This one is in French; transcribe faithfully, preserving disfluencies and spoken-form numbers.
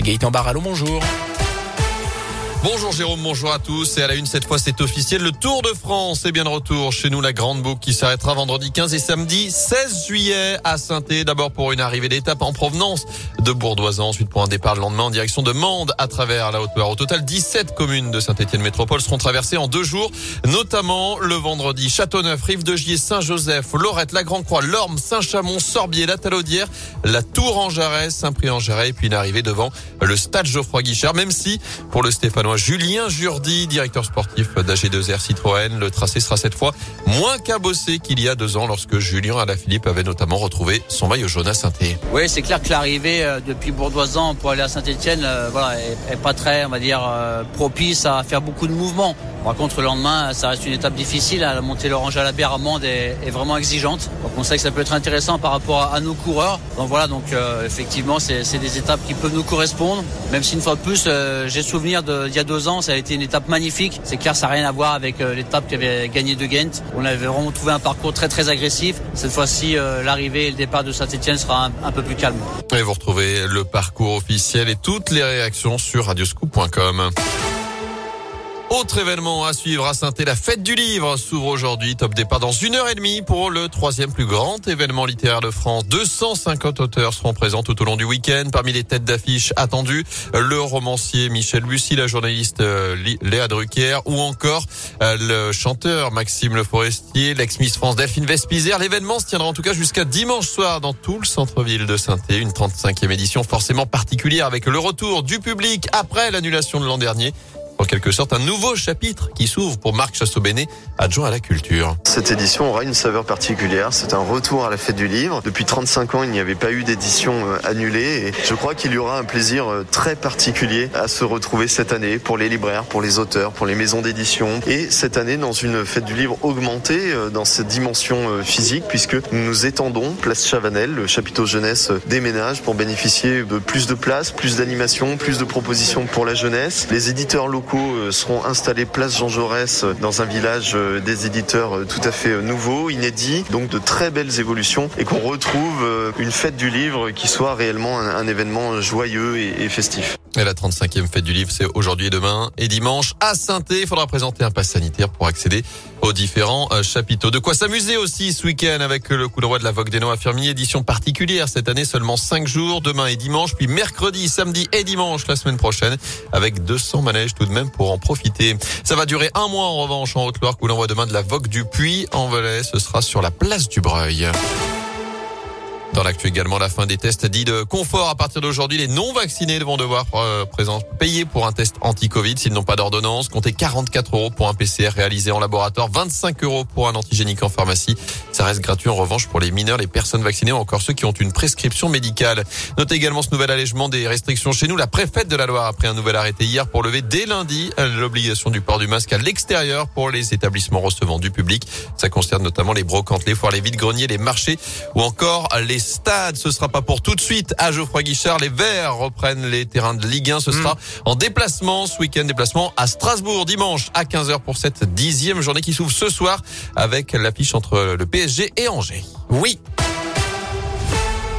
Gaëtan Barallon, bonjour. Bonjour Jérôme, bonjour à tous. Et à la une, cette fois, c'est officiel. Le Tour de France est bien de retour chez nous. La Grande Boucle qui s'arrêtera vendredi quinze et samedi seize juillet à Saint-Étienne. D'abord pour une arrivée d'étape en provenance de Bourdoisan. Ensuite pour un départ le lendemain en direction de Mende à travers la Haute-Loire. Au total, dix-sept communes de Saint-Étienne Métropole seront traversées en deux jours. Notamment le vendredi, Châteauneuf, Rive-de-Gier, Saint-Joseph, Lorette, la Grand-Croix, Lorme, Saint-Chamond, Sorbier, la Talaudière, la Tour-en-Jarret, Saint-Prix-en-Jarret. Et puis une arrivée devant le stade Geoffroy-Guichard. Même si pour le Stéphanois Julien Jourdi, directeur sportif d'A G deux R Citroën, le tracé sera cette fois moins cabossé qu'il y a deux ans lorsque Julien Alaphilippe avait notamment retrouvé son maillot jaune à Saint-Étienne. Oui, c'est clair que l'arrivée euh, depuis Bourdoisan pour aller à Saint-Étienne, euh, voilà, est, est pas très, on va dire, euh, propice à faire beaucoup de mouvements. Par contre, le lendemain, ça reste une étape difficile. La montée l'Orange à la Berre à Mende est, est vraiment exigeante. Donc, on sait que ça peut être intéressant par rapport à, à nos coureurs. Donc voilà, donc euh, effectivement, c'est, c'est des étapes qui peuvent nous correspondre. Même si une fois de plus, euh, j'ai souvenir d'il y a deux ans, ça a été une étape magnifique. C'est clair, ça n'a rien à voir avec euh, l'étape qu'avait gagné De Gendt. On avait vraiment trouvé un parcours très très agressif. Cette fois-ci, euh, l'arrivée et le départ de Saint-Étienne sera un, un peu plus calme. Et vous retrouvez le parcours officiel et toutes les réactions sur radioscoop point com. Autre événement à suivre à Saint-Étienne, la fête du livre s'ouvre aujourd'hui. Top départ dans une heure et demie pour le troisième plus grand événement littéraire de France. deux cent cinquante auteurs seront présents tout au long du week-end. Parmi les têtes d'affiche attendues, le romancier Michel Bussy, la journaliste Léa Drucker ou encore le chanteur Maxime Le Forestier, l'ex-Miss France Delphine Vespizer. L'événement se tiendra en tout cas jusqu'à dimanche soir dans tout le centre-ville de Saint-Étienne. Une trente-cinquième édition forcément particulière avec le retour du public après l'annulation de l'an dernier. En quelque sorte, un nouveau chapitre qui s'ouvre pour Marc Chassobénet, adjoint à la culture. Cette édition aura une saveur particulière. C'est un retour à la fête du livre. Depuis trente-cinq ans, il n'y avait pas eu d'édition annulée. Et je crois qu'il y aura un plaisir très particulier à se retrouver cette année pour les libraires, pour les auteurs, pour les maisons d'édition. Et cette année, dans une fête du livre augmentée dans cette dimension physique, puisque nous nous étendons, place Chavanel, le chapiteau jeunesse déménage pour bénéficier de plus de places, plus d'animation, plus de propositions pour la jeunesse. Les éditeurs locaux seront installés place Jean Jaurès dans un village des éditeurs tout à fait nouveau, inédit, donc de très belles évolutions et qu'on retrouve une fête du livre qui soit réellement un, un événement joyeux et, et festif. Et la trente-cinquième fête du livre, c'est aujourd'hui et demain et dimanche à Saint-Étienne. Il faudra présenter un pass sanitaire pour accéder aux différents chapiteaux. De quoi s'amuser aussi ce week-end avec le coup d'envoi de la Vogue des Noix à Firminy, édition particulière cette année, seulement cinq jours, demain et dimanche, puis mercredi, samedi et dimanche la semaine prochaine, avec deux cents manèges tout de même pour en profiter. Ça va durer un mois en revanche en Haute-Loire, coup d'envoi demain de la Vogue du Puy en Velay, ce sera sur la place du Breuil. Dans l'actu également, la fin des tests dits de confort. À partir d'aujourd'hui, les non-vaccinés vont devoir euh, présent, payer pour un test anti-Covid s'ils n'ont pas d'ordonnance. Comptez quarante-quatre euros pour un P C R réalisé en laboratoire, vingt-cinq euros pour un antigénique en pharmacie. Ça reste gratuit en revanche pour les mineurs, les personnes vaccinées ou encore ceux qui ont une prescription médicale. Notez également ce nouvel allègement des restrictions chez nous. La préfète de la Loire a pris un nouvel arrêté hier pour lever dès lundi l'obligation du port du masque à l'extérieur pour les établissements recevant du public. Ça concerne notamment les brocantes, les foires, les vides-greniers, les marchés ou encore les stades. Ce sera pas pour tout de suite à Geoffroy-Guichard. Les Verts reprennent les terrains de Ligue un. Ce sera mmh. en déplacement ce week-end. Déplacement à Strasbourg dimanche à quinze heures pour cette dixième journée qui s'ouvre ce soir avec l'affiche entre le P S G et Angers. Oui.